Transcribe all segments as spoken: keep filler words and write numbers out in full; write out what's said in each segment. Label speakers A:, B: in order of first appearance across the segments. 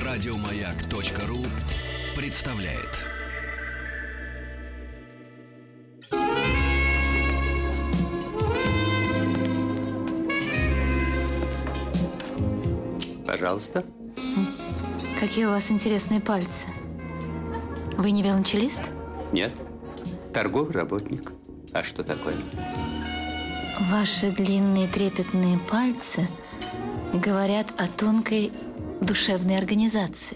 A: Радиомаяк.ру представляет.
B: Пожалуйста.
C: Какие у вас интересные пальцы. Вы не велончелист?
B: Нет. Торговый работник. А что такое?
C: Ваши длинные трепетные пальцы говорят о тонкой душевной организации.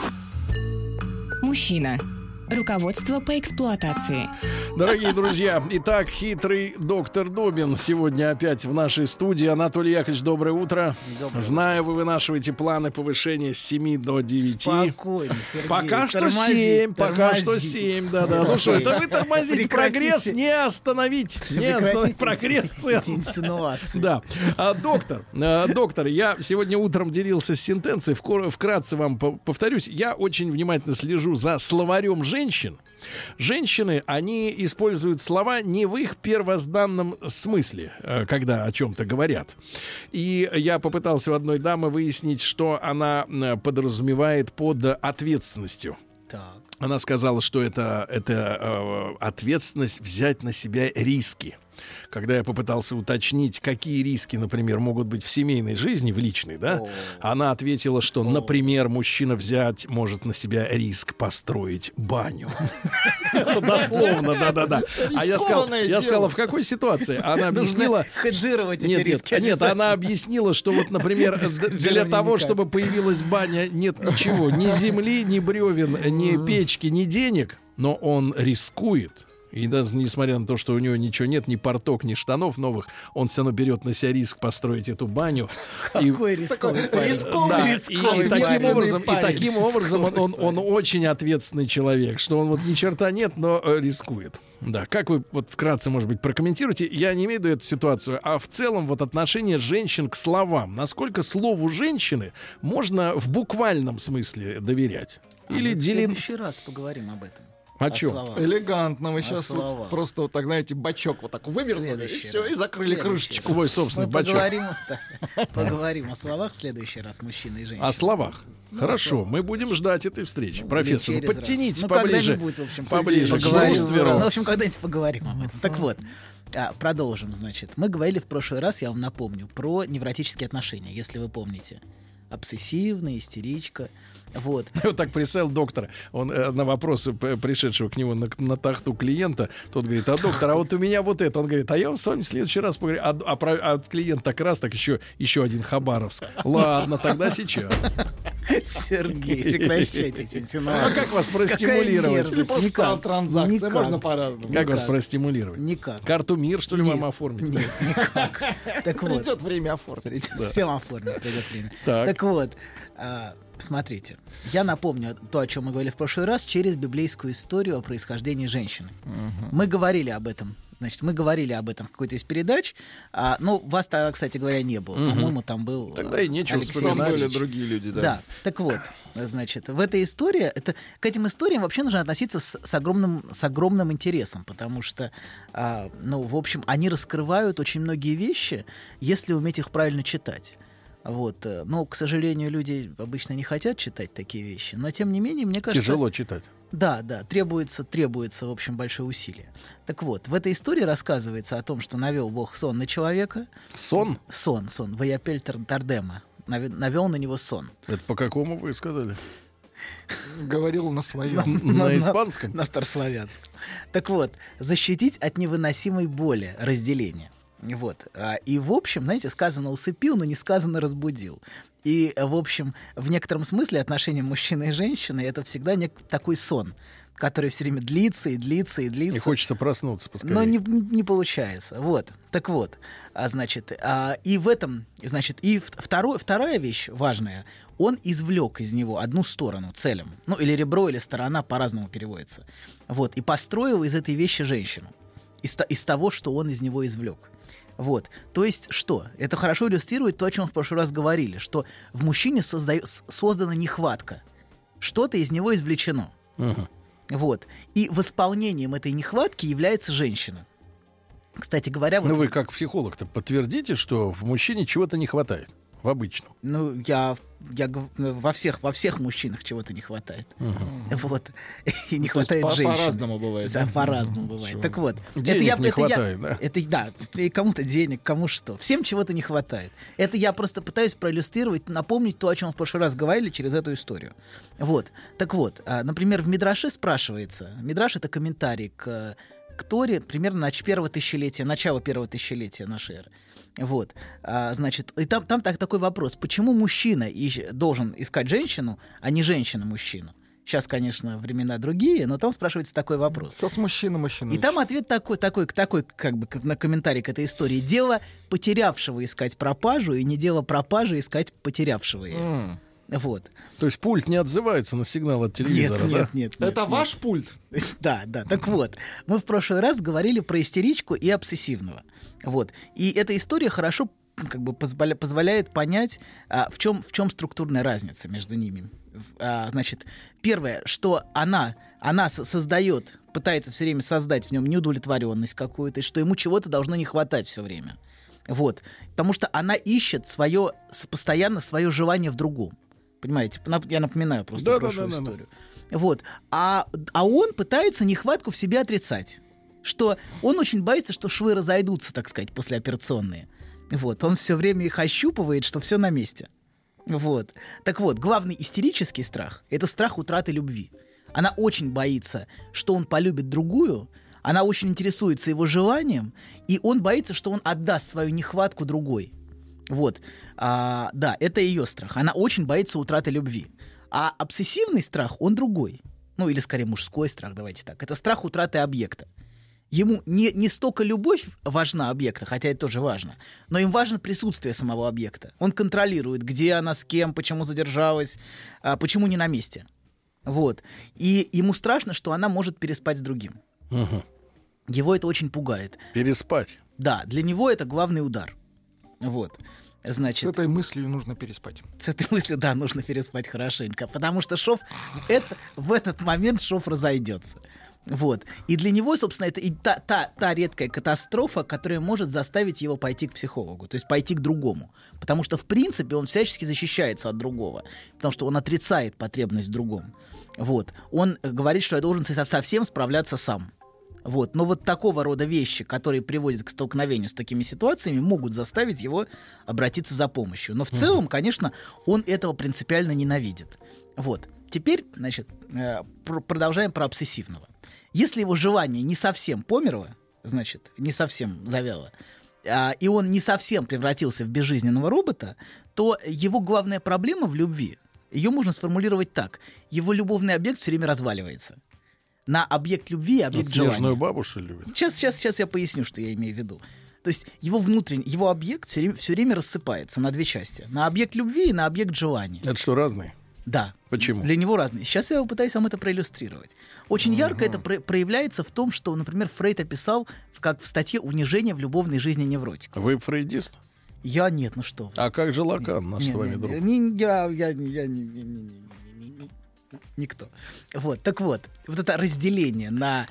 D: Мужчина. Руководство по эксплуатации.
E: Дорогие друзья, итак, хитрый доктор Добин сегодня опять в нашей студии. Анатолий Яковлевич, доброе утро. Доброе Знаю, утро. Вы вынашиваете планы повышения с семи до девяти.
F: Спокойно, Сергей.
E: Пока что
F: тормозить,
E: семь,
F: тормозить.
E: пока что семь. Да, да. Ну что, это вы тормозите, прогресс не остановить. Не остановить прогресс.
F: Инсинуации.
E: Да. А, доктор, а, доктор, я сегодня утром делился с сентенцией, вкратце вам повторюсь. Я очень внимательно слежу за словарем женщин. Женщин. Женщины, они используют слова не в их первозданном смысле, когда о чем-то говорят. И я попытался у одной дамы выяснить, что она подразумевает под ответственностью.
F: Так.
E: Она сказала, что это, это э, ответственность взять на себя риски. Когда я попытался уточнить, какие риски, например, могут быть в семейной жизни, в личной, да, О. она ответила, что, например, мужчина взять может на себя риск построить баню. Это дословно, да-да-да. А я сказал, в какой ситуации? Она объяснила...
F: Хеджировать эти риски.
E: Нет, она объяснила, что вот, например, для того, чтобы появилась баня, нет ничего, ни земли, ни бревен, ни печки, ни денег, но он рискует. И даже несмотря на то, что у него ничего нет, ни порток, ни штанов новых, он все равно берет на себя риск построить эту баню.
F: Какой рисковый парень.
E: Рисковый, рисковый. И, и таким образом, и таким образом он, он, он очень ответственный человек, что он вот ни черта нет, но э, рискует. Да, как вы вот вкратце, может быть, прокомментируете? Я не имею в виду эту ситуацию, а в целом вот отношение женщин к словам. Насколько слову женщины можно в буквальном смысле доверять?
F: А
E: Или
F: мы в
E: делин...
F: следующий раз поговорим об этом.
E: О,
F: о
E: чем?
F: Словах.
G: Элегантно. Вы
F: о
G: сейчас
F: словах.
G: вот просто вот так, знаете, бачок вот так вывернули, и все, и закрыли крышечку.
E: Свой собственный
F: Мы
E: бачок.
F: Поговорим, да, поговорим о словах в следующий раз, мужчины и женщины.
E: О словах.
F: Ну,
E: Хорошо,
F: словах.
E: мы будем ждать этой встречи.
F: Ну,
E: Профессор,
F: через
E: подтянитесь
F: раз.
E: поближе.
F: Ну, в общем,
E: поближе.
F: поговорим.
E: Шустеру.
F: Ну, в общем, когда-нибудь поговорим об этом. Так вот, а, продолжим, значит. Мы говорили в прошлый раз, я вам напомню, про невротические отношения, если вы помните. Обсессивная, истеричка. Вот.
E: Вот так представил доктора. Он э, на вопросы пришедшего к нему на, на тахту клиента, тот говорит: а доктор, а вот у меня вот это. Он говорит: а я вам с вами в следующий раз поговорю. А, а, а клиент так раз, так еще, еще один Хабаровск. Ладно, тогда сейчас.
F: Сергей, прекращайте эти инсинуации.
E: А как вас простимулировать?
G: Никак. Транзакция, можно по-разному.
E: Как вас простимулировать?
F: Никак.
E: Карту МИР, что ли, вам оформить?
F: Нет, никак. Так вот.
G: Придет время оформить.
F: Всем оформить придет время.
E: Так.
F: Так вот, а, смотрите, я напомню то, о чем мы говорили в прошлый раз, через библейскую историю о происхождении женщины. Угу. Мы говорили об этом. Значит, мы говорили об этом в какой-то из передач. А, ну, вас тогда, кстати говоря, не было. Угу. По-моему, там был
E: Тогда и нечего
F: Алексей
E: вспоминать.
F: Алексеевич.
G: Были другие люди, да.
F: Да, так вот, значит, в этой истории, это, к этим историям вообще нужно относиться с, с, огромным, с огромным интересом, потому что, а, ну, в общем, они раскрывают очень многие вещи, если уметь их правильно читать. Вот. Но, к сожалению, люди обычно не хотят читать такие вещи, но, тем не менее, мне кажется...
E: Тяжело читать.
F: Да, да, требуется, требуется, в общем, большое усилие. Так вот, в этой истории рассказывается о том, что навел Бог сон на человека.
E: Сон?
F: Сон, сон. Ваяпель Тардема. Навел на него сон.
E: Это по какому вы сказали?
G: Говорил на своем.
E: На испанском?
F: На старославянском. Так вот, защитить от невыносимой боли разделения. Вот. И, в общем, знаете, сказано усыпил, но не сказано разбудил. И, в общем, в некотором смысле отношения мужчины и женщины — это всегда нек- такой сон, который все время длится и длится и длится.
E: Не хочется проснуться поскорее.
F: Но не, не получается. Вот. Так вот, а, значит, а, и в этом, значит, и второй, вторая вещь важная, он извлек из него одну сторону целым. Ну, или ребро, или сторона, по-разному переводится. Вот. И построил из этой вещи женщину. Из, из того, что он из него извлек. Вот. То есть что? Это хорошо иллюстрирует то, о чем в прошлый раз говорили, что в мужчине созда... создана нехватка. Что-то из него извлечено.
E: Uh-huh.
F: Вот. И восполнением этой нехватки является женщина. Кстати говоря... Вот...
E: Ну вы как психолог-то подтвердите, что в мужчине чего-то не хватает? в обычном?
F: Ну, я, я г- во всех, во всех мужчинах чего-то не хватает.
E: Угу.
F: Вот. И не
G: То есть
F: хватает
G: по-
F: женщин.
G: по-разному бывает,
F: Да,
G: да?
F: по-разному бывает.
G: Чего?
F: Так вот.
E: Денег
F: я,
E: не
F: это я-
E: хватает, да?
F: Это, да, и кому-то денег, кому что. Всем чего-то не хватает. Это я просто пытаюсь проиллюстрировать, напомнить то, о чем в прошлый раз говорили через эту историю. Вот. Так вот, а, например, в Мидраше спрашивается. Мидраш — это комментарий к, к Торе примерно нач- первого тысячелетия, начала первого тысячелетия нашей эры. Вот, а, значит, и там, там так, такой вопрос: почему мужчина ищ- должен искать женщину, а не женщина мужчину? Сейчас, конечно, времена другие, но там спрашивается такой вопрос.
G: Сейчас мужчина мужчина.
F: И там ответ такой, такой, такой, как бы на комментарий к этой истории: дело потерявшего искать пропажу, и не дело пропажи искать потерявшего ее.
G: М.
F: Вот.
E: То есть пульт не отзывается на сигнал от телевизора,
F: нет,
E: да?
F: нет, нет, нет.
G: Это ваш пульт?
F: Да, да. Так вот, мы в прошлый раз говорили про истеричку и обсессивного. Вот. И эта история хорошо как бы позволя- позволяет понять, а, в чем в чем структурная разница между ними. А, значит, первое, что она, она со- создает, пытается все время создать в нем неудовлетворенность какую-то, и что ему чего-то должно не хватать все время. Вот. Потому что она ищет свое, с- постоянно свое желание в другом. Понимаете? Нап- Я напоминаю просто
E: Да, да,
F: прошлую
E: да, да, да.
F: историю. Вот. А, а он пытается нехватку в себе отрицать. Что он очень боится, что швы разойдутся, так сказать, послеоперационные. Вот. Он все время их ощупывает, что все на месте. Вот. Так вот, главный истерический страх — это страх утраты любви. Она очень боится, что он полюбит другую, она очень интересуется его желанием, и он боится, что он отдаст свою нехватку другой. Вот. А, да, это ее страх. Она очень боится утраты любви. А обсессивный страх, он другой. Ну, или скорее мужской страх, давайте так. Это страх утраты объекта. Ему не, не столько любовь важна объекта, хотя это тоже важно, но им важно присутствие самого объекта. Он контролирует, где она, с кем, почему задержалась, а, почему не на месте. Вот. И ему страшно, что она может переспать с другим.
E: Угу.
F: Его это очень пугает.
E: Переспать.
F: Да, для него это главный удар. Вот. Значит,
G: С этой мыслью нужно переспать.
F: с этой мыслью, да, нужно переспать хорошенько, потому что шов, это, в этот момент шов разойдется. Вот. И для него, собственно, это и та, та, та редкая катастрофа, которая может заставить его пойти к психологу, то есть пойти к другому. Потому что, в принципе, он всячески защищается от другого, потому что он отрицает потребность в другом. Вот. Он говорит, что я должен со- совсем справляться сам. Вот. Но вот такого рода вещи, которые приводят к столкновению с такими ситуациями, могут заставить его обратиться за помощью. Но в целом, конечно, он этого принципиально ненавидит. Вот. Теперь, значит, э, пр- продолжаем про обсессивного. Если его желание не совсем померло, значит, не совсем завяло, а, и он не совсем превратился в безжизненного робота, то его главная проблема в любви, ее можно сформулировать так: его любовный объект все время разваливается на объект любви и объект
E: Снежную
F: желания.
E: бабу, что ли, любит?
F: Сейчас, сейчас, сейчас я поясню, что я имею в виду. То есть его внутренний, его объект все время, все время рассыпается на две части: на объект любви и на объект желания.
E: Это что, разные?
F: Да.
E: Почему?
F: Для него разные. Сейчас я попытаюсь вам это проиллюстрировать. Очень ярко это про- проявляется в том, что, например, Фрейд описал в- как в статье «Унижение в любовной жизни невротика».
E: Вы фрейдист?
F: Я нет, ну что.
E: А как же Лакан, наш
F: Не,
E: с вами
F: не,
E: друг?
F: не, не, я, я, я, не, не, не, не, не, не, не, никто. Вот, так вот, вот это разделение на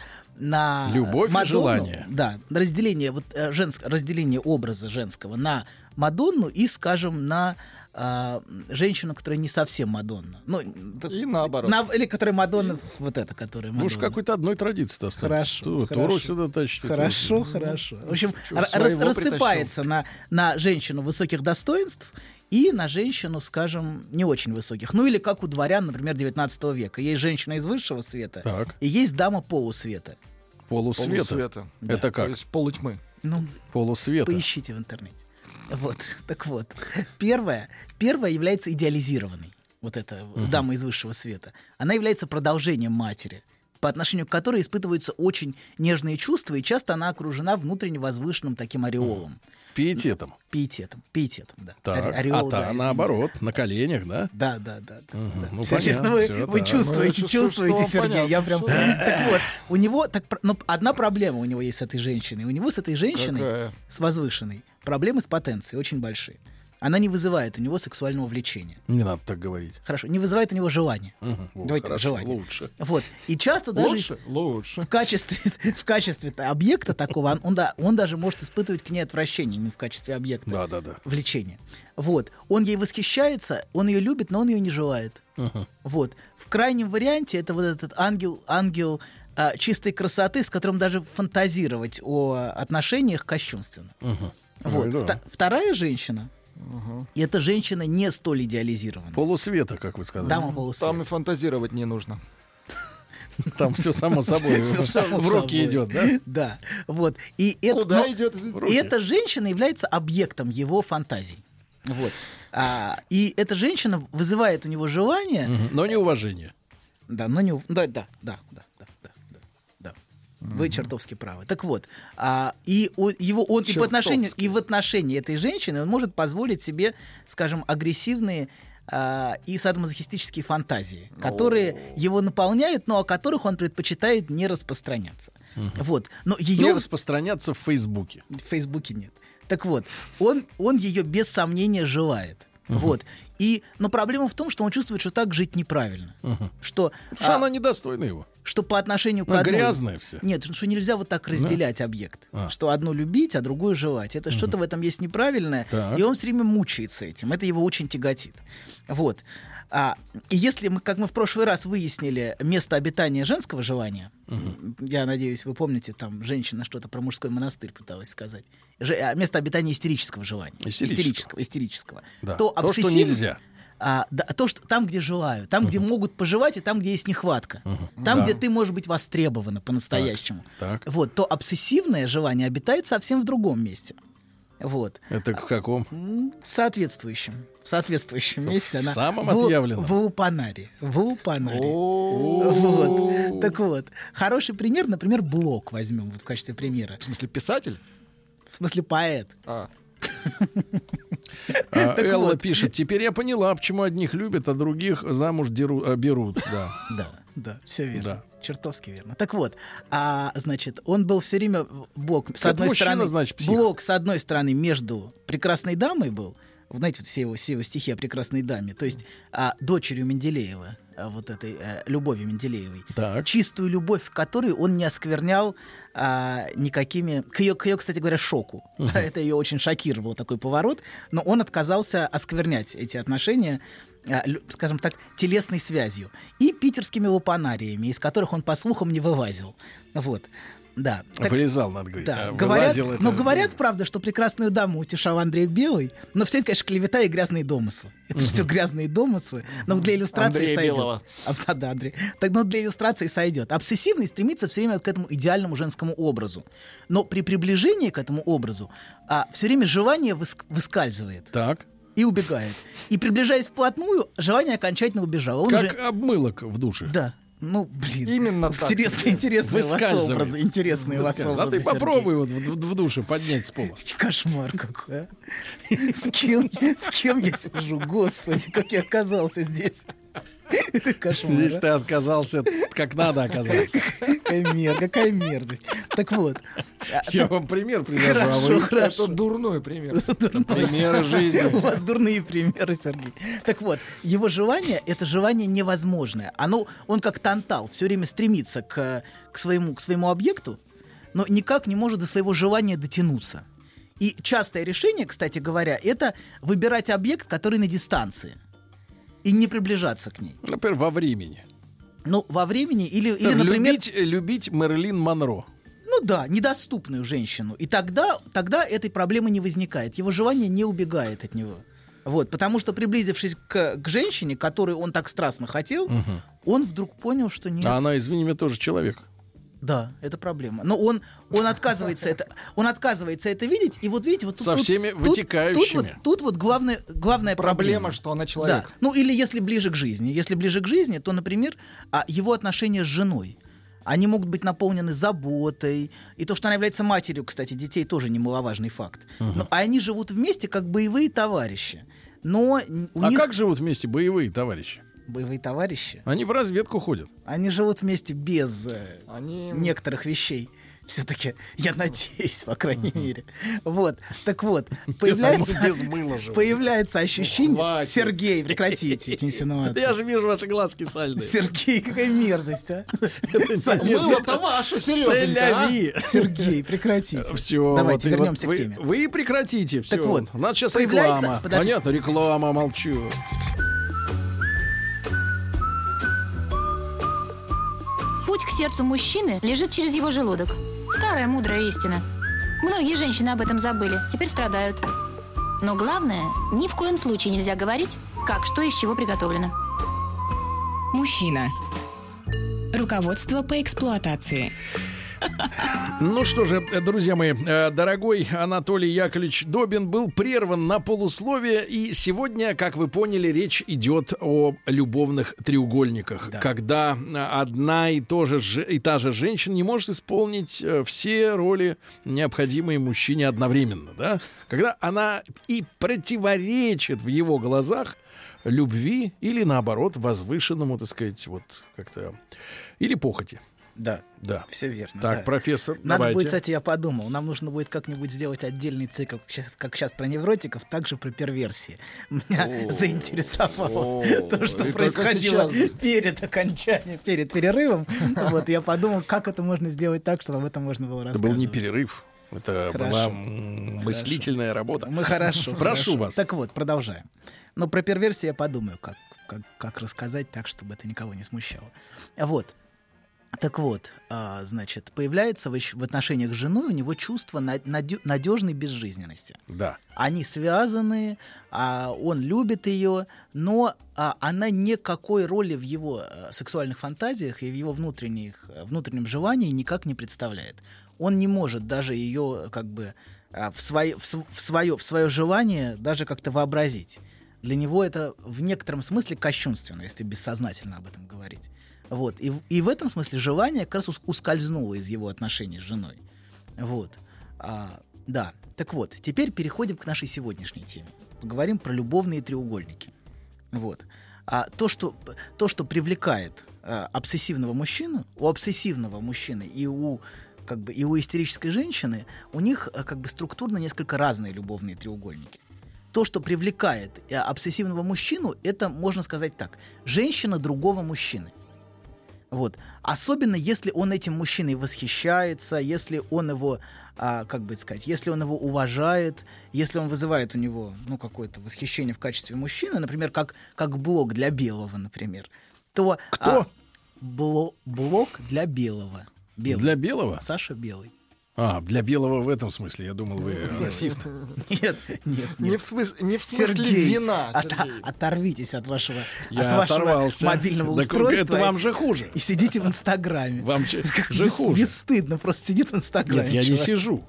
F: на
E: Любовь и
F: Мадонну,
E: желание.
F: да, на разделение вот э, женск, разделение образа женского на Мадонну и, скажем, на а, женщину, которая не совсем Мадонна. Ну,
G: И наоборот.
F: на- или которая Мадонна, вот эта, которая
E: Вы уж
F: Мадонна.
E: какой-то одной традиции остались.
F: Хорошо,
E: Ту-
F: хорошо.
E: Туру сюда тащите.
F: Хорошо, хорошо. В общем,
G: чё,
F: ра-
G: своего
F: рас- рассыпается на, на женщину высоких достоинств и на женщину, скажем, не очень высоких. Ну или как у дворян, например, девятнадцатого века. Есть женщина из высшего света
E: Так.
F: и есть дама полусвета.
E: Полусвета.
G: Полусвета.
E: Это
G: То
E: как?
G: есть полутьмы.
F: Ну,
E: Полусвета.
F: поищите в интернете. Вот, так вот. Первая, первая является идеализированной. Вот эта дама из высшего света. Она является продолжением матери, по отношению к которой испытываются очень нежные чувства, и часто она окружена внутренне возвышенным таким ореолом.
E: Пиететом.
F: Пиететом, пиететом, да.
E: Так.
F: Ори- ореол,
E: а
F: да,
E: та,
F: извините.
E: наоборот, на коленях, да?
F: Да, да, да. да,
E: Мгм.
F: да.
E: Ну,
F: Всё
E: понятно,
F: верно, вы,
E: всё,
F: вы
E: да.
F: чувствуете,
G: Ну, я чувствую,
F: чувствуете,
G: что вам
F: Сергей.
G: понятно,
F: Я прям.
G: всё.
F: Так вот, у него так, пр- ну, одна проблема у него есть с этой женщиной. У него с этой женщиной,
G: Какая?
F: с возвышенной, проблемы с потенцией очень большие. Она не вызывает у него сексуального влечения.
E: Не надо так говорить.
F: Хорошо, не вызывает у него желания.
E: Угу, вот,
F: Давайте
E: хорошо,
F: желание.
E: лучше.
F: Вот. И часто даже
G: Лучше? Лучше.
F: в качестве, в качестве объекта такого он, он, да, он даже может испытывать к ней отвращение именно в качестве объекта
E: Да, да, да.
F: влечения. Вот. Он ей восхищается, он ее любит, но он ее не желает.
E: Угу. Вот.
F: В крайнем варианте это вот этот ангел, ангел а, чистой красоты, с которым даже фантазировать о отношениях кощунственно.
E: Угу.
F: Вот.
E: Ну, да.
F: Вта- вторая женщина,
G: Угу.
F: и эта женщина не столь идеализирована.
E: Полусвета, как вы сказали.
F: Дама полусвета.
G: Там и фантазировать не нужно.
E: Там все само собой
F: Всё само
E: в руки
F: собой.
E: идет, да?
F: Да. Вот. И это,
G: Куда
F: но-
G: идет?
F: И эта женщина является объектом его фантазий. Вот. А, и эта женщина вызывает у него желание.
E: Мгм. Но не уважение.
F: Да, но не... у- Да, да, да, да, да, да, да, да. Вы чертовски правы. Так вот, а, и у- его он и по отношению, и в отношении этой женщины он может позволить себе, скажем, агрессивные а, и садомазохистические фантазии, которые его наполняют, но о которых он предпочитает не распространяться. Вот. Но
E: Не
F: ее
E: распространяться в Фейсбуке.
F: в Фейсбуке нет. Так вот, он, он ее без сомнения желает. Вот. И, но проблема в том, что он чувствует, что так жить неправильно. Что,
E: Потому что
F: а,
E: она недостойна его.
F: что по отношению к
E: Она
F: одной...
E: грязная вся.
F: Нет, что нельзя вот так разделять объект.
E: А.
F: Что одну любить, а другую желать. Это что-то в этом есть неправильное.
E: Так.
F: И он все время мучается этим. Это его очень тяготит. Вот. А, и если мы, как мы в прошлый раз выяснили, место обитания женского желания, я надеюсь, вы помните, там женщина что-то про мужской монастырь пыталась сказать. Же, а, место обитания истерического желания.
E: Истерического.
F: Истерического, истерического.
E: Да.
F: То,
E: То, что
F: обсессив-
E: нельзя.
F: А, да, то, что там, где желаю, там, где могут пожелать, и там, где есть нехватка. Там,
E: Да.
F: где ты можешь быть востребована по-настоящему.
E: Так, так.
F: Вот, то обсессивное желание обитает совсем в другом месте. Вот.
E: Это в каком?
F: М, В соответствующем. В соответствующем месте она...
E: самом
F: в-
E: отъявленном?
F: В Упанаре. В Упанаре.
G: О,
F: Вот. Так вот. Хороший пример, например, Блок возьмем вот в качестве примера.
G: В смысле, писатель?
F: В смысле, поэт.
G: А,
E: А,
F: Так
E: Элла
F: вот.
E: пишет: теперь я поняла, почему одних любят, а других замуж деру- а, берут. Да.
F: Да, да, все верно.
E: Да.
F: Чертовски верно. Так вот, а, значит, он был все время Блок с
E: Как
F: одной
E: мужчина,
F: стороны,
E: значит, псих.
F: Блок с одной стороны между прекрасной дамой был, знаете, вот все его, все его стихи о прекрасной даме, то есть а, дочерью Менделеева, а, вот этой а, Любови Менделеевой,
E: Так.
F: чистую любовь, в которой он не осквернял а, никакими... К ее, к ее, кстати говоря, шоку. Это ее очень шокировал, такой поворот. Но он отказался осквернять эти отношения, а, лю- скажем так, телесной связью. И питерскими лупанариями, из которых он, по слухам, не вылазил. Вот. Да. Так-
E: Вылезал, надо говорить.
F: да,
E: а
F: говорят,
E: вылазил это-
F: но говорят, правда, что прекрасную даму утешал Андрей Белый, но все это, конечно, клевета и грязные домыслы. Это все грязные домыслы, но для иллюстрации
G: Андрея
F: сойдет.
G: Белого.
F: Абс- да, Андрей. Так, но для иллюстрации сойдет. Обсессивный стремится все время вот к этому идеальному женскому образу. Но при приближении к этому образу а, все время желание выск- выскальзывает
E: Так.
F: и убегает. И приближаясь вплотную, желание окончательно убежало. Он
E: Как
F: уже...
E: обмылок в душе.
F: Да. Ну, блин.
G: Именно так.
F: Интересные, интересные у вас
E: Выскальзывает.
F: образы. Интересные у вас
E: А
F: образы,
E: ты
F: Сергей.
E: попробуй вот в, в- в душе поднять с пола.
F: Кошмар какой, а. С кем, с кем я сижу? Господи, как я оказался здесь. Кошмар.
E: Здесь
F: а.
E: ты отказался, как надо оказаться.
F: Какая мер, какая мерзость. Так вот.
E: Я вам пример привожу, а
F: Хорошо,
E: вы
G: Это
F: хорошо.
G: дурной пример.
E: примеры
F: У
E: жизни.
F: вас дурные примеры, Сергей. Так вот, его желание — это желание невозможное. Оно, он как тантал, все время стремится к, к, своему, к своему объекту, но никак не может до своего желания дотянуться. И частое решение, кстати говоря, это выбирать объект, который на дистанции, и не приближаться к ней.
E: Например, во времени.
F: Ну, во времени или, или например...
E: любить, любить Мэрилин Монро.
F: Ну да, недоступную женщину. И тогда, тогда этой проблемы не возникает. Его желание не убегает от него. Вот, потому что, приблизившись к, к женщине, которую он так страстно хотел, он вдруг понял, что нет.
E: А она, извини меня, тоже человек.
F: Да, это проблема. Но он, он, отказывается это, он отказывается это видеть. И вот видите, вот тут...
E: Со
F: тут-
E: всеми
F: тут-
E: вытекающими.
F: Тут, вот, тут вот главная, главная проблема.
G: Проблема, что она человек.
F: Да. Ну или если ближе к жизни. Если ближе к жизни, то, например, а, его отношения с женой. Они могут быть наполнены заботой. И то, что она является матерью, кстати, детей, тоже немаловажный факт. Но, а они живут вместе как боевые товарищи. Но н- у
E: А
F: них...
E: как живут вместе боевые товарищи?
F: Боевые товарищи?
E: Они в разведку ходят.
F: Они живут вместе без э,
G: Они...
F: некоторых вещей. Все-таки, я надеюсь, по крайней мере. Вот, так вот, появляется, появляется ощущение...
G: Хватит.
F: Сергей, прекратите эти инсинуации.
E: Я же вижу ваши глазки сальные.
F: Сергей, какая мерзость, а?
G: Мыло-то ваше, серьезно.
F: Сергей, прекратите.
E: Все,
F: Давайте
E: вот,
F: вернемся
E: вот
F: к теме.
E: Вы, вы прекратите. Все.
F: Так вот,
E: у нас сейчас
F: появляется-
E: реклама.
F: подожди.
E: Понятно, реклама, молчу.
C: Путь к сердцу мужчины лежит через его желудок. Старая мудрая истина. Многие женщины об этом забыли, теперь страдают. Но главное, ни в коем случае нельзя говорить, как что из чего приготовлено.
D: Мужчина. Руководство по эксплуатации.
E: Ну что же, друзья мои, э, дорогой Анатолий Яковлевич Добин был прерван на полусловие, и сегодня, как вы поняли, речь идет о любовных треугольниках,
F: Да.
E: когда одна и, то же, же- и та же женщина не может исполнить э, все роли, необходимые мужчине одновременно, да? Когда она и противоречит в его глазах любви или, наоборот, возвышенному, так сказать, вот как-то, или похоти.
F: Да,
E: Да.
F: все верно.
E: Так,
F: да.
E: профессор,
F: Надо
E: давайте.
F: будет, кстати, я подумал, нам нужно будет как-нибудь сделать отдельный цикл, как сейчас, как сейчас про невротиков, также про перверсии. Меня
G: О,
F: заинтересовало
G: о,
F: то, что
G: и только
F: происходило
G: сейчас.
F: перед окончанием, перед перерывом. Вот, я подумал, как это можно сделать так, чтобы об этом можно было
E: Это
F: рассказывать.
E: был не перерыв. Это
F: Хорошо.
E: была м, мыслительная работа.
F: Мы хорошо.
E: Прошу
F: хорошо.
E: вас.
F: Так вот, продолжаем. Но про перверсии я подумаю, как, как, как рассказать так, чтобы это никого не смущало. Вот. Так вот, а, значит, появляется в, ощ- в отношениях с женой у него чувство на- надё- надежной безжизненности.
E: Да.
F: Они связаны, а, он любит ее, но а, она никакой роли в его а, сексуальных фантазиях и в его внутренних, а, внутреннем желании никак не представляет. Он не может даже ее как бы а, в, свое, в, св- в, свое, в свое желание даже как-то вообразить. Для него это в некотором смысле кощунственно, если бессознательно об этом говорить. Вот. И, в- и в этом смысле желание как раз ус- ускользнуло из его отношений с женой. Вот. А, да. Так вот, теперь переходим к нашей сегодняшней теме. Поговорим про любовные треугольники. Вот. А то, что, то, что привлекает а, обсессивного мужчину, у обсессивного мужчины и у, как бы, и у истерической женщины, у них а, как бы структурно несколько разные любовные треугольники. То, что привлекает а, обсессивного мужчину, это, можно сказать так, женщина другого мужчины. Вот. Особенно если он этим мужчиной восхищается, если он его, а, как бы сказать, если он его уважает, если он вызывает у него ну, какое-то восхищение в качестве мужчины, например, как, как блок для Белого, например, то...
E: Кто?
F: а, бло- блок для Белого. Белый.
E: Для белого?
F: Саша Белый.
E: А, для белого в этом смысле. Я думал, вы расист.
F: Нет, нет,
G: Не
F: нет.
G: в смысле, не в смысле
F: Сергей,
G: вина,
F: ото-
G: Сергей.
F: оторвитесь от вашего,
E: Я
F: от вашего
E: оторвался.
F: мобильного
E: Так
F: устройства.
E: это вам же хуже.
F: И сидите в Инстаграме.
E: Вам же
F: Как
E: же
F: бес-
E: хуже.
F: Бесстыдно, просто сидит в Инстаграме.
E: Нет, я не
F: человек.
E: сижу.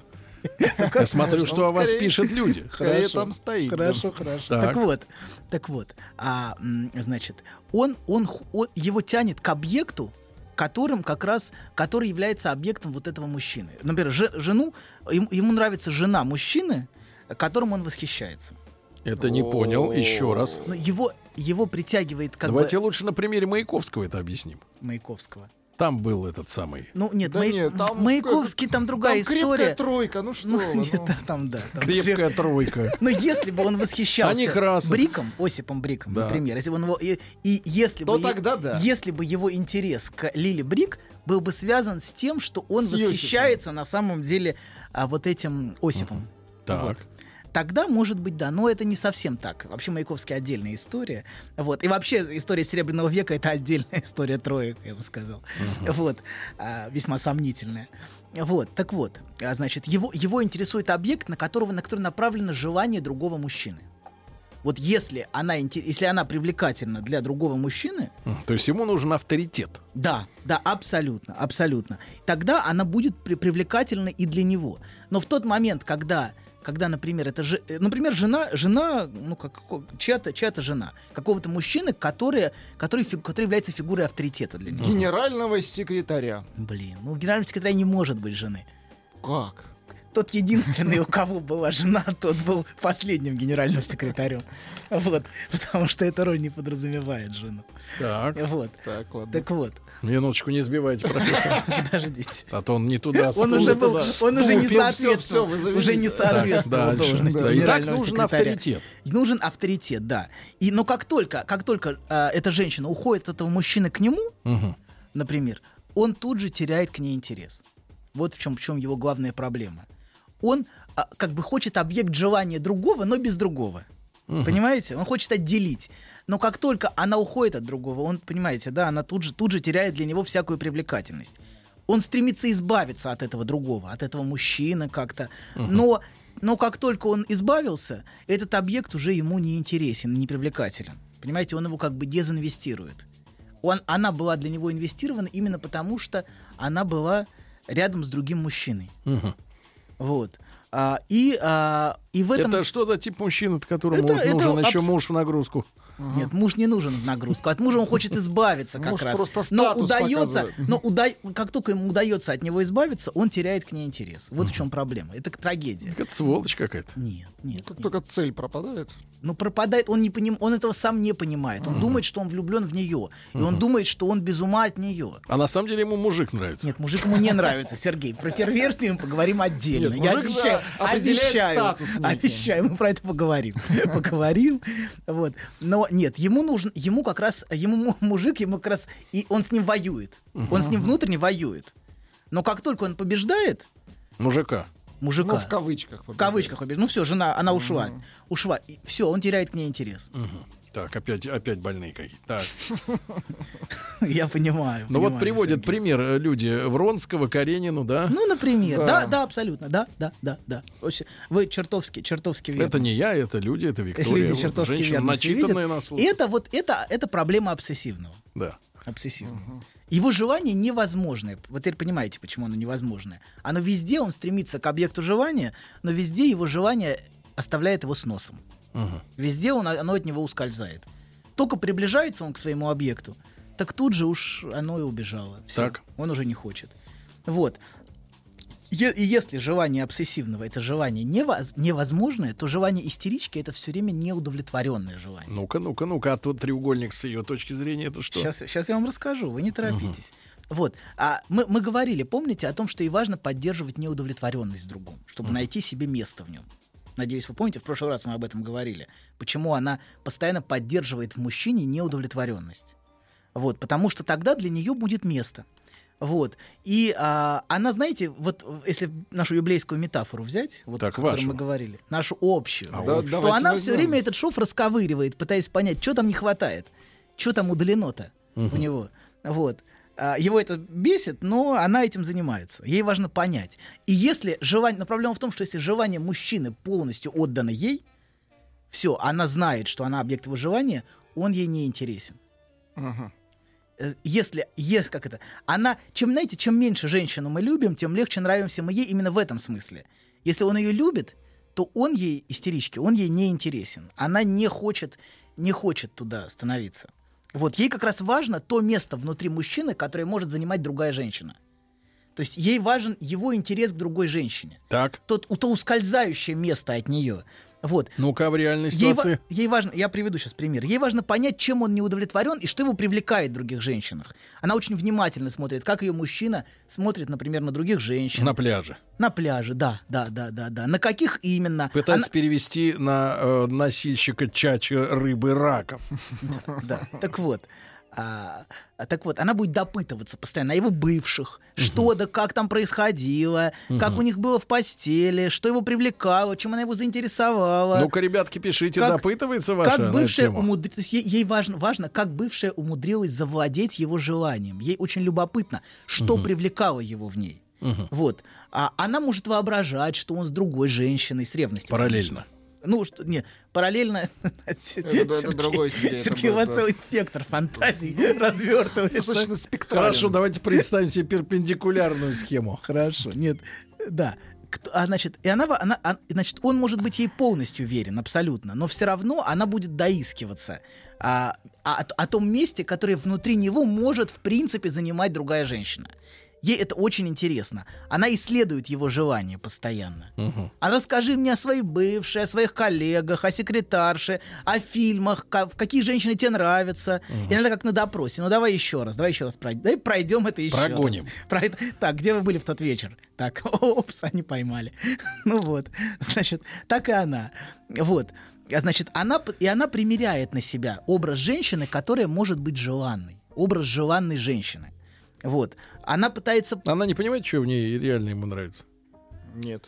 E: Я смотрю, что о вас
G: скорее-
E: пишут люди.
G: Скорее
F: Хорошо,
G: там стоит. да.
F: Хорошо, хорошо.
E: Так.
F: Так, вот, так вот, а, м, значит, он, он, ху- он его тянет к объекту, которым как раз, который является объектом вот этого мужчины. Например, же- жену, ему, ему нравится жена мужчины, которым он восхищается.
E: Это не понял. Еще раз.
F: Но его, его притягивает как
E: Давайте
F: бы
E: лучше на примере Маяковского это объясним.
F: Маяковского.
E: Там был этот самый.
F: Ну нет,
G: Да
F: Май-
G: нет, там
F: Маяковский там другая
G: Там крепкая
F: история.
G: тройка, ну что
F: Ну,
G: вы,
F: нет,
G: ну.
F: да, там да. там
E: Крепкая тройка.
F: Но если бы он восхищался
E: Они красят.
F: Бриком, Осипом Бриком,
E: Да.
F: например, если бы он его, и, и если
G: То
F: бы, е-
G: тогда да.
F: если бы его интерес к Лили Брик был бы связан с тем, что он
G: С
F: восхищается на самом деле а, вот этим Осипом.
E: Так.
F: Вот. Тогда, может быть, да, но это не совсем так. Вообще Маяковский отдельная история. Вот. И вообще история Серебряного века — это отдельная история троек, я бы сказал. Вот. А, весьма сомнительная. Вот. Так вот, а, значит, его, его интересует объект, на которого, на который направлено желание другого мужчины. Вот если она, инте- если она привлекательна для другого мужчины,
E: М, То есть ему нужен авторитет.
F: да, да, абсолютно, абсолютно. Тогда она будет при- привлекательна и для него. Но в тот момент, когда, когда, например, это же, э, например, жена, жена, ну как како- чья-то, чья-то жена какого-то мужчины, который, который, фи- который является фигурой авторитета для него.
G: Генерального секретаря.
F: Блин, ну у генерального секретаря не может быть жены.
G: Как?
F: тот единственный, у кого была жена, тот был последним генеральным секретарем. Вот. Потому что эта роль не подразумевает жену.
E: Так.
F: Вот.
G: Так, ладно.
F: Так вот.
E: Минуточку, не сбивайте, профессор.
F: Подождите.
E: А то он не туда.
F: Он уже был, он уже не соответствовал.
G: Всё, всё, вы
F: Уже не соответствовал должности
E: Да, и так
F: генерального
E: нужен
F: секретаря.
E: авторитет.
F: Нужен авторитет, да. И, но как только, как только а, эта женщина уходит от этого мужчины к нему,
E: Мгм.
F: например, он тут же теряет к ней интерес. Вот в чем, в чем его главная проблема. Он а, как бы хочет объект желания другого, но без другого. Понимаете? Он хочет отделить. Но как только она уходит от другого, он, понимаете, да, она тут же, тут же теряет для него всякую привлекательность. Он стремится избавиться от этого другого, от этого мужчины как-то. Но, но как только он избавился, этот объект уже ему не интересен, не привлекателен. Понимаете, он его как бы дезинвестирует. Он, она была для него инвестирована именно потому, что она была рядом с другим мужчиной.
E: Мгм.
F: Вот. А, и, а, и в этом...
E: Это что за тип мужчины, которому
F: Это-
E: вот
F: это
E: нужен еще
F: абс-
E: муж в нагрузку?
F: Нет, муж не нужен в нагрузку. От мужа он хочет избавиться как
G: Муж
F: раз.
G: просто
F: Но
G: статус
F: удается,
G: показывает.
F: но уда- как только ему удается от него избавиться, он теряет к ней интерес. Вот в чем проблема. Это трагедия.
E: Так это сволочь какая-то.
F: Нет, нет.
G: Как
F: нет.
G: только цель пропадает.
F: Ну, пропадает, он не поним, он этого сам не понимает. Он думает, что он влюблен в нее. И он думает, что он без ума от нее.
E: А на самом деле ему мужик нравится.
F: Нет, мужик ему не нравится, Сергей. Про перверсию мы поговорим отдельно.
G: Нет,
F: Я
G: мужик,
F: обещаю,
G: да, определяет
F: обещаю,
G: статус некий.
F: обещаю, мы про это поговорим. Поговорим. Вот. Но нет, ему нужен, ему как раз, ему му- мужик, ему как раз, и он с ним воюет. Он с ним внутренне воюет. Но как только он побеждает
E: Мужика.
F: мужика,
G: Ну, в кавычках.
F: в кавычках побеждает, ну все, жена, она ушла, ушла, все, он теряет к ней интерес.
E: Мгм. Так, опять, опять больные какие-то. Так.
F: Я понимаю.
E: Ну вот
F: понимаю,
E: приводят
F: Сергей.
E: пример э, люди Вронского, Каренину, да?
F: Ну, например,
G: Да.
F: да, да, абсолютно, да, да, да, да. Очень- Вы чертовски, чертовски верно.
E: Это не я, это люди, это Виктория.
F: Люди
E: Вот
F: чертовски
E: женщина,
F: верно все
E: начитанная
F: видят.
E: на слух.
F: И это вот это, это проблема обсессивного.
E: Да.
F: Обсессивного. Его желание невозможное. Вы теперь понимаете, почему оно невозможное. Оно везде, он стремится к объекту желания, но везде его желание оставляет его с носом.
E: Мгм.
F: Везде он, оно от него ускользает. Только приближается он к своему объекту, так тут же уж оно и убежало. Всё,
E: Так.
F: он уже не хочет. Вот. Е- И если желание обсессивного — это желание невоз- невозможное, то желание истерички — это все время неудовлетворенное желание.
E: Ну-ка, ну-ка, ну-ка, а тот треугольник с ее точки зрения, это что?
F: Сейчас, сейчас я вам расскажу, вы не торопитесь. Вот. А мы, мы говорили, помните, о том, что и важно поддерживать неудовлетворенность в другом, чтобы найти себе место в нем. Надеюсь, вы помните, в прошлый раз мы об этом говорили. Почему она постоянно поддерживает в мужчине неудовлетворенность. Вот, потому что тогда для нее будет место. Вот. И а, она, знаете, вот если нашу библейскую метафору взять, вот,
E: Так,
F: о которой
E: вашу.
F: мы говорили, нашу общую,
E: А
G: Да,
E: вот.
F: то
G: давайте
F: она
G: возьмем.
F: все время этот шов расковыривает, пытаясь понять, что там не хватает, что там удалено-то у него. Вот. А, Его это бесит, но она этим занимается. Ей важно понять. И если желание... Но проблема в том, что если желание мужчины полностью отдано ей, все, она знает, что она объект его желания, он ей не интересен.
G: Мгм.
F: Э, Если, е- как это, она, чем, знаете, чем меньше женщину мы любим, тем легче нравимся мы ей именно в этом смысле. Если он ее любит, то он ей, истерички, он ей не интересен. Она не хочет, не хочет туда становиться. Вот, ей как раз важно то место внутри мужчины, которое может занимать другая женщина. То есть ей важен его интерес к другой женщине.
E: Так,
F: Тот, то ускользающее место от нее. Вот.
E: ну-ка, в реальной
F: Ей, ва-
E: ситуации.
F: ей важно, я приведу сейчас пример. Ей важно понять, чем он не удовлетворен и что его привлекает в других женщинах. Она очень внимательно смотрит, как ее мужчина смотрит, например, на других женщин.
E: На пляже.
F: На пляже, да, да, да, да, да. На каких именно?
E: Пытается
F: Она-
E: перевести на э, носильщика чачи рыбы раков.
F: Да, так вот. А, а, так вот, она будет допытываться постоянно о его бывших, что да как там происходило, как у них было в постели, что его привлекало, чем она его заинтересовала.
E: Ну-ка, ребятки, пишите,
F: Как-
E: допытывается ваша
F: Как
E: на эту
F: бывшая
E: тему?
F: умудр- то есть ей, ей важно, важно, как бывшая умудрилась завладеть его желанием. Ей очень любопытно, что привлекало его в ней. Вот. А она может воображать, что он с другой женщиной, с ревностью.
E: Параллельно.
F: Ну, что, не, параллельно
G: это другой Сергей, это
F: Сергей, у
G: будет,
F: вас
G: да.
F: целый спектр фантазий развертывается.
G: Достаточно спектрально.
E: Хорошо, давайте представим себе перпендикулярную схему.
F: Хорошо, нет, да. Кто- а, значит, и она, во- она, а, значит, он может быть ей полностью верен, абсолютно, но все равно она будет доискиваться а, а- о, о том месте, которое внутри него может, в принципе, занимать другая женщина. Ей это очень интересно. Она исследует его желания постоянно.
E: Угу.
F: А расскажи мне о своей бывшей, о своих коллегах, о секретарше, о фильмах, ка- какие женщины тебе нравятся. Угу. Иногда как на допросе. Ну давай еще раз, давай еще раз пройдем. Давай пройдем это еще
E: Прогоним.
F: раз. Пройд... Так, где вы были в тот вечер? Так, опс, они поймали. Ну вот, значит, так и она. Вот. Значит, она, и она примеряет на себя образ женщины, которая может быть желанной. Образ желанной женщины. Вот. Она пытается...
E: Она не понимает, что в ней реально ему нравится?
G: Нет.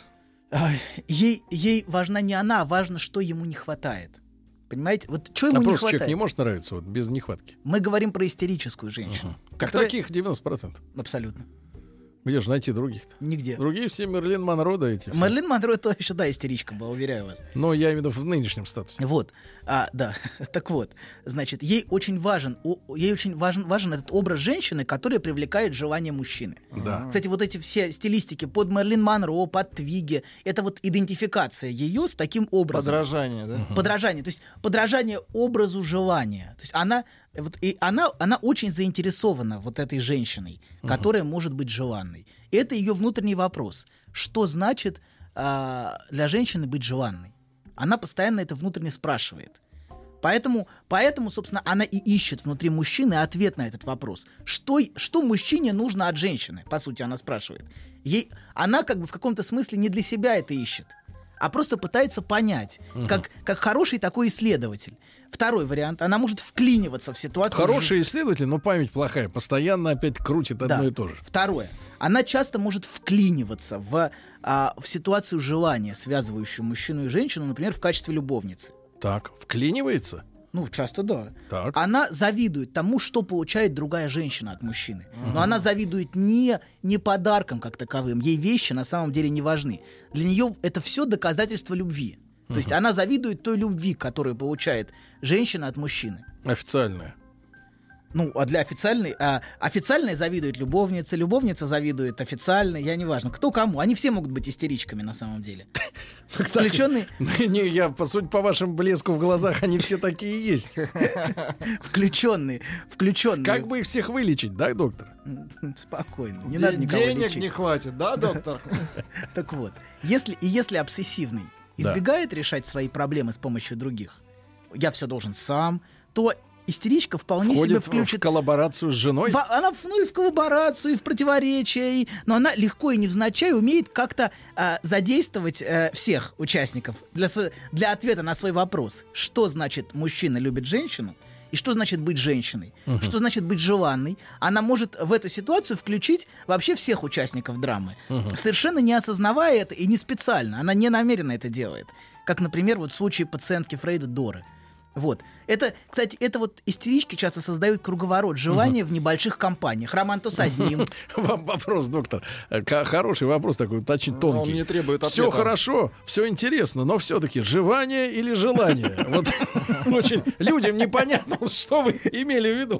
F: Ей, ей важна не она, а важно, что ему не хватает. Понимаете? Вот что ему
E: а
F: не
E: просто
F: хватает.
E: Человек не может нравиться вот, без нехватки.
F: Мы говорим про истерическую женщину.
E: Угу. Которая... Таких девяносто процентов.
F: Абсолютно.
E: Где же найти других-то?
F: Нигде.
E: Другие все Мерлин Монро, да, эти.
F: Мерлин Монро — это еще, да, истеричка была, уверяю вас.
E: Но я имею в виду в нынешнем статусе.
F: Вот, а, да, так вот, значит, ей очень важен, о, ей очень важен, важен этот образ женщины, которая привлекает желание мужчины.
E: Да.
F: Кстати, вот эти все стилистики под Мерлин Монро, под Твиги, это вот идентификация ее с таким образом.
G: Подражание, да?
F: Угу. Подражание, то есть подражание образу желания. То есть она, вот, и она, она очень заинтересована вот этой женщиной, угу. которая может быть желанной. Это ее внутренний вопрос. Что значит э, для женщины быть желанной? Она постоянно это внутренне спрашивает. Поэтому, поэтому, собственно, она и ищет внутри мужчины ответ на этот вопрос. Что, что мужчине нужно от женщины? По сути, она спрашивает. Ей, она как бы в каком-то смысле не для себя это ищет, а просто пытается понять, угу. как, как хороший такой исследователь. Второй вариант. Она может вклиниваться в ситуацию.
E: Хороший исследователь, но память плохая. Постоянно опять крутит одно
F: да.
E: и то же.
F: Второе. Она часто может вклиниваться в, а, в ситуацию желания, связывающую мужчину и женщину, например, в качестве любовницы.
E: Так, вклинивается?
F: Ну, часто да.
E: Так.
F: Она завидует тому, что получает другая женщина от мужчины. Но она завидует не, не подаркам как таковым. Ей вещи на самом деле не важны. Для нее это все доказательство любви. То есть она завидует той любви, которую получает женщина от мужчины.
E: Официальная.
F: Ну, а для официальной... А, официальная завидует любовница, любовница завидует официальной, я не важно. Кто кому. Они все могут быть истеричками на самом деле. Включенные...
E: Не, я, по сути, по вашему блеску в глазах, они все такие есть.
F: Включенные. Включенные.
E: Как бы их всех вылечить, да, доктор?
F: Спокойно. Не надо никого лечить.
G: Денег не хватит, да, доктор?
F: Так вот. Если, и если обсессивный избегает решать свои проблемы с помощью других, я все должен сам, то истеричка вполне
E: Входит
F: себе включит...
E: в коллаборацию с женой?
F: В, она ну, и в коллаборацию, и в противоречие, и, но она легко и невзначай умеет как-то а, задействовать а, всех участников для, св... для ответа на свой вопрос. Что значит мужчина любит женщину? И что значит быть женщиной? Uh-huh. Что значит быть желанной? Она может в эту ситуацию включить вообще всех участников драмы, uh-huh. совершенно не осознавая это и не специально. Она не намеренно это делает. Как, например, вот в случае пациентки Фрейда Доры. Вот. Это, кстати, это вот истерички часто создают круговорот желания uh-huh. в небольших компаниях. Роман то с одним.
E: Вам вопрос, доктор. Хороший вопрос такой, очень тонкий.
G: Он не требует ответа.
E: Все хорошо, все интересно, но все-таки желание или желание? Вот очень людям непонятно, что вы имели в виду.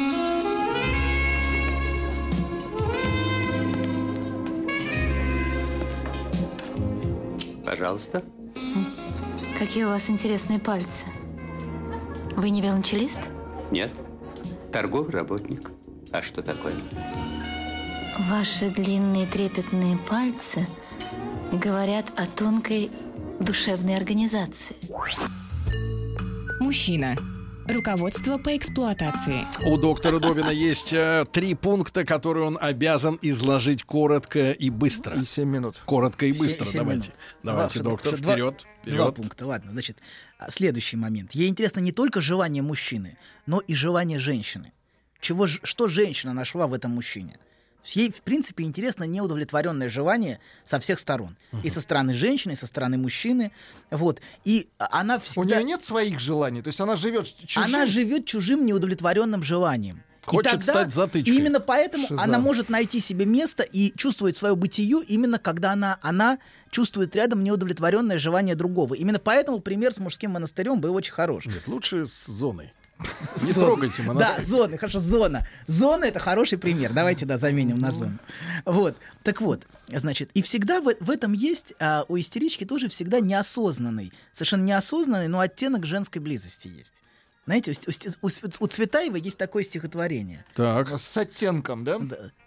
B: Пожалуйста.
C: Какие у вас интересные пальцы. Вы не велончелист?
B: Нет. Торговый работник. А что такое?
C: Ваши длинные трепетные пальцы говорят о тонкой душевной организации.
D: Мужчина. Руководство по эксплуатации.
E: У доктора Добина есть э, три пункта, которые он обязан изложить коротко и быстро.
G: И семь минут.
E: Коротко и быстро.
F: Семь
E: давайте.
F: минут.
E: Давайте,
F: Два,
E: доктор,
F: два,
E: вперед. вперед.
F: Два пункта, ладно. Значит, следующий момент. Ей интересно не только желание мужчины, но и желание женщины. Чего, что женщина нашла в этом мужчине? Ей, в принципе, интересно неудовлетворенное желание со всех сторон. Uh-huh. И со стороны женщины, и со стороны мужчины. Вот. И она всегда...
G: У нее нет своих желаний? То есть она живет чужим?
F: Она живет чужим неудовлетворенным желанием.
E: Хочет
F: и тогда,
E: стать затычкой.
F: Именно поэтому
G: Шиза.
F: она может найти себе место и чувствует свое бытие именно когда она, она чувствует рядом неудовлетворенное желание другого. Именно поэтому пример с мужским монастырем был очень хорош.
E: Нет, лучше с зоной. Не
F: Зона.
E: трогайте монастырь.
F: Да, зоны, хорошо, зона. Зона — это хороший пример. Давайте, да, заменим на зону. Вот, так вот, значит, и всегда в, в этом есть а, у истерички тоже всегда неосознанный, совершенно неосознанный, но оттенок женской близости есть. Знаете, у, у, у, у Цветаевой есть такое стихотворение.
E: Так.
G: С оттенком, да?
F: Да.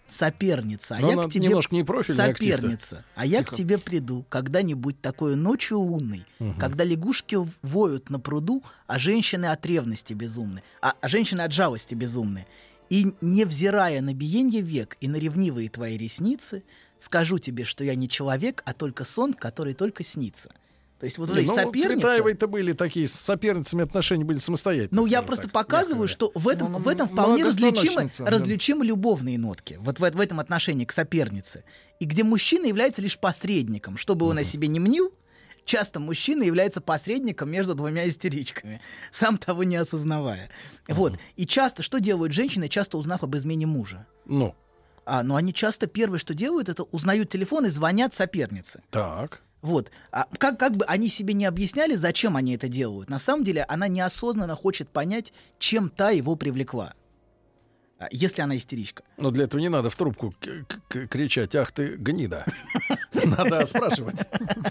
F: соперница, а
E: Но
F: я
E: она
F: к тебе
E: немножко не профильная
F: соперница, а я
G: Тихо.
F: к тебе приду когда-нибудь такой ночью лунной,
E: Мгм.
F: когда лягушки воют на пруду, а женщины от ревности безумны, а, а женщины от жалости безумны. И, невзирая на биенье век и на ревнивые твои ресницы, скажу тебе, что я не человек, а только сон, который только снится. То есть вот
E: Не,
F: этой
E: ну,
F: соперницы...
E: Цветаевой-то были такие, с соперницами отношения были самостоятельные.
F: Ну, я
E: скажем
F: просто
E: так,
F: показываю,
E: мягко
F: что в этом,
G: Ну,
F: в этом вполне различимы,
G: многостаночница, да.
F: различимы любовные нотки. Вот в, в этом отношении к сопернице. И где мужчина является лишь посредником. Чтобы он о себе не мнил, часто мужчина является посредником между двумя истеричками, сам того не осознавая. Вот. И часто, что делают женщины, часто узнав об измене мужа?
E: Ну,
F: А, ну, они часто первое, что делают, это узнают телефон и звонят сопернице.
E: так.
F: Вот. А как, как бы они себе не объясняли, зачем они это делают, на самом деле она неосознанно хочет понять, чем та его привлекла. А, если она истеричка.
E: Но для этого не надо в трубку к- к- кричать: ах ты гнида. Надо спрашивать.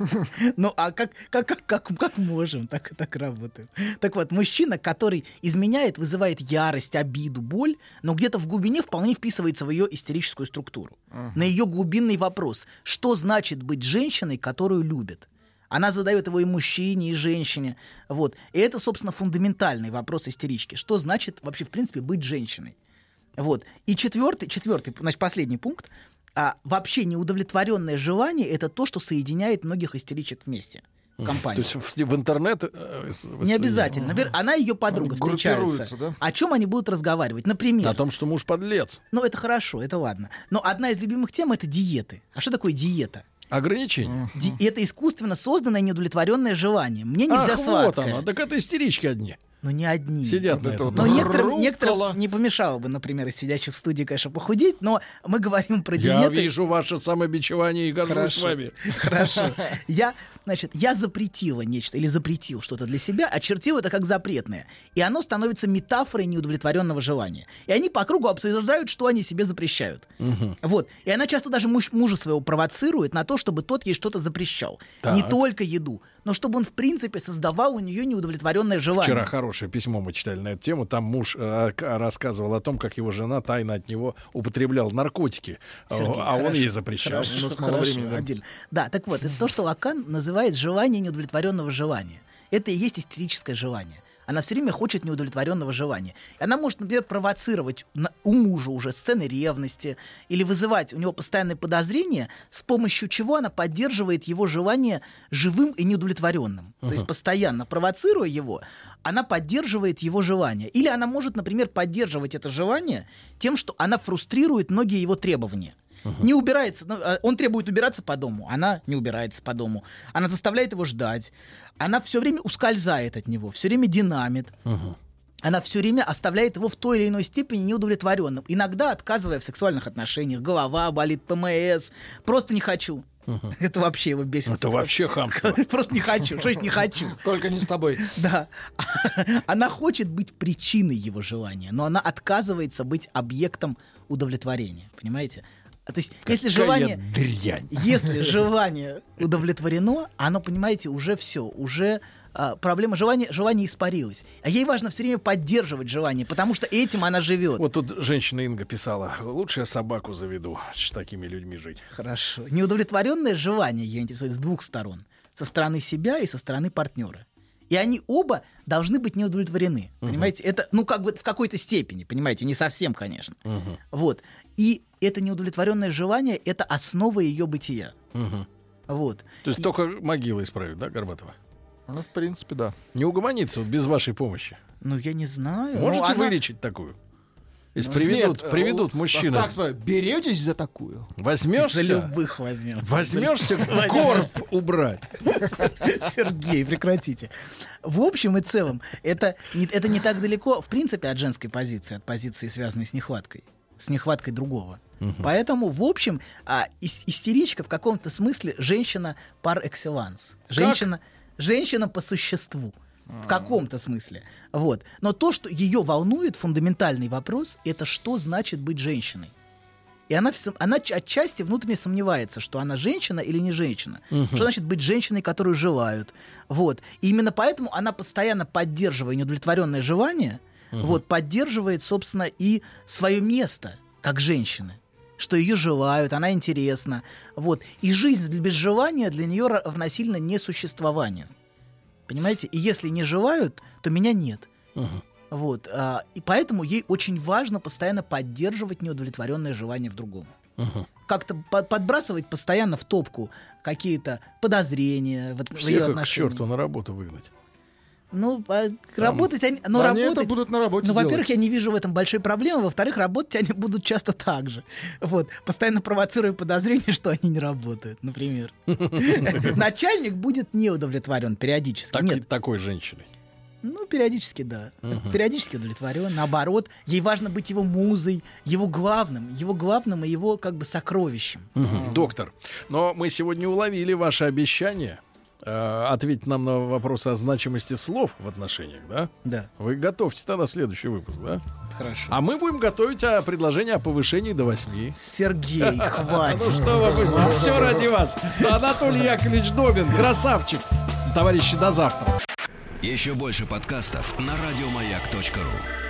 F: Ну, а как, как, как, как, как можем, так, так работаем. Так вот, мужчина, который изменяет, вызывает ярость, обиду, боль, но где-то в глубине вполне вписывается в ее истерическую структуру. На ее глубинный вопрос. Что значит быть женщиной, которую любят? Она задает его и мужчине, и женщине. Вот. И это, собственно, фундаментальный вопрос истерички. Что значит вообще, в принципе, быть женщиной? Вот. И четвертый, четвертый, значит, последний пункт. А, вообще неудовлетворенное желание — это то, что соединяет многих истеричек вместе в
E: То
F: компании.
E: есть в, в интернет... э, с-
F: Не обязательно. Например, она и ее подруга
G: Они
F: встречаются.
G: группируются, да?
F: О чем они будут разговаривать? Например,
E: О том, что муж подлец.
F: ну это хорошо, это ладно. Но одна из любимых тем — это диеты. А что такое диета?
E: Ограничения.
F: Ди- это искусственно созданное неудовлетворенное желание. Мне нельзя
E: Ах, вот
F: сладкое.
E: оно. Так это истерички одни.
F: Но не одни.
E: Сидят
G: Вот
E: на
G: это
E: этом.
G: вот.
F: Но
G: Да.
F: некоторым,
G: Руккола.
F: некоторым не помешало бы, например, из сидящих в студии, конечно, похудеть, но мы говорим про
E: Я
F: диеты.
E: вижу ваше самобичевание и горжусь
F: Хорошо.
E: с вами.
F: Хорошо. Я, значит, я запретила нечто или запретил что-то для себя, очертил это как запретное. И оно становится метафорой неудовлетворенного желания. И они по кругу обсуждают, что они себе запрещают. Вот. И она часто даже муж, мужа своего провоцирует на то, чтобы тот ей что-то запрещал.
E: Так.
F: Не только еду, но чтобы он, в принципе, создавал у нее неудовлетворенное желание.
E: Вчера хорошее письмо мы читали на эту тему. Там муж э, к- рассказывал о том, как его жена тайно от него употребляла наркотики,
F: Сергей,
E: а он
F: хорошо,
E: ей запрещал.
F: Хорошо,
G: У нас мало
F: хорошо,
G: времени, да.
F: отдельно. Да, так вот, это то, что Лакан называет желание неудовлетворенного желания. Это и есть истерическое желание. Она все время хочет неудовлетворенного желания. И она может, например, провоцировать на- у мужа уже сцены ревности или вызывать у него постоянные подозрения, с помощью чего она поддерживает его желание живым и неудовлетворенным. То есть постоянно провоцируя его, она поддерживает его желание. Или она может, например, поддерживать это желание тем, что она фрустрирует многие его требования. Не убирается, ну, а, он требует убираться по дому, она не убирается по дому. Она заставляет его ждать. Она все время ускользает от него, все время динамит. Она все время оставляет его в той или иной степени неудовлетворенным. Иногда отказывая в сексуальных отношениях. Голова болит, ПМС. Просто не хочу. Это вообще его бесит.
E: Это вообще хамство.
F: Просто не хочу. Что это не хочу?
G: Только не с тобой.
F: Да. Она хочет быть причиной его желания, но она отказывается быть объектом удовлетворения. Понимаете? А, то есть, если желание...
E: дрянь.
F: Если желание удовлетворено, оно, понимаете, уже все, уже а, проблема желания, желание испарилось. А ей важно все время поддерживать желание, потому что этим она живет.
E: Вот тут женщина Инга писала: лучше я собаку заведу, с такими людьми жить.
F: Хорошо. Неудовлетворенное желание ее интересует с двух сторон. Со стороны себя и со стороны партнера. И они оба должны быть неудовлетворены. Понимаете? Это, ну, как бы в какой-то степени, понимаете, не совсем, конечно. Вот. И это неудовлетворенное желание — это основа ее бытия.
E: Мгм.
F: Вот.
E: То есть
F: И-
E: только могила исправит, да, Горбатова?
G: Ну, в принципе, да.
E: Не угомонится вот без вашей помощи.
F: Ну, я не знаю.
E: Можете
F: Ну, она-
E: вылечить такую? Если приведут,
G: Нет,
E: приведут
G: э,
E: мужчину.
G: Так, смотри, беретесь за такую?
F: За
E: Возьмешься?
F: любых возьмем.
E: Возьмешься
F: Возьмёшься.
E: горб убрать.
F: Сергей, прекратите. В общем и целом, это не, это не так далеко, в принципе, от женской позиции, от позиции, связанной с нехваткой. С нехваткой другого. Поэтому, в общем, а, ис- истеричка в каком-то смысле женщина par excellence. Женщина, женщина по существу. В каком-то смысле. Вот. Но то, что ее волнует, фундаментальный вопрос, это что значит быть женщиной. И она, всё- она ч- отчасти внутренне сомневается, что она женщина или не женщина. Что значит быть женщиной, которую желают. Вот. И именно поэтому она, постоянно поддерживая неудовлетворенное желание, вот, поддерживает, собственно, и свое место как женщины. что ее желают, она интересна. Вот. И жизнь без желания для нее равносильно несуществованию. Понимаете? И если не желают, то меня нет.
E: Uh-huh.
F: Вот. А, и поэтому ей очень важно постоянно поддерживать неудовлетворенное желание в другом.
E: Uh-huh.
F: Как-то по- подбрасывать постоянно в топку какие-то подозрения в, в
E: Всех
F: ее
E: их к
F: отношениях.
E: черту на работу выгнать.
F: Ну, а, работать они... Ну,
G: Они
F: работать...
G: это будут на работе
F: Ну,
G: делать.
F: во-первых, я не вижу в этом большой проблемы. Во-вторых, работать они будут часто так же. Вот. Постоянно провоцируя подозрение, что они не работают, например. Начальник будет не удовлетворен периодически.
E: Так-
F: Нет.
E: Такой женщиной.
F: Ну, периодически, да.
E: Мгм.
F: Периодически удовлетворен. Наоборот, ей важно быть его музой, его главным, его главным и его как бы сокровищем.
E: Мгм. Доктор, но мы сегодня уловили ваше обещание э, ответить нам на вопросы о значимости слов в отношениях, да?
F: Да,
E: Вы готовьте тогда следующий выпуск, да?
F: хорошо.
E: А мы будем готовить а, предложение о повышении до восьми.
F: Сергей, хватит.
E: Ну что вы, все ради вас. Анатолий Яковлевич Добин, красавчик. Товарищи, до завтра.
A: Еще больше подкастов на радиомаяк точка ру.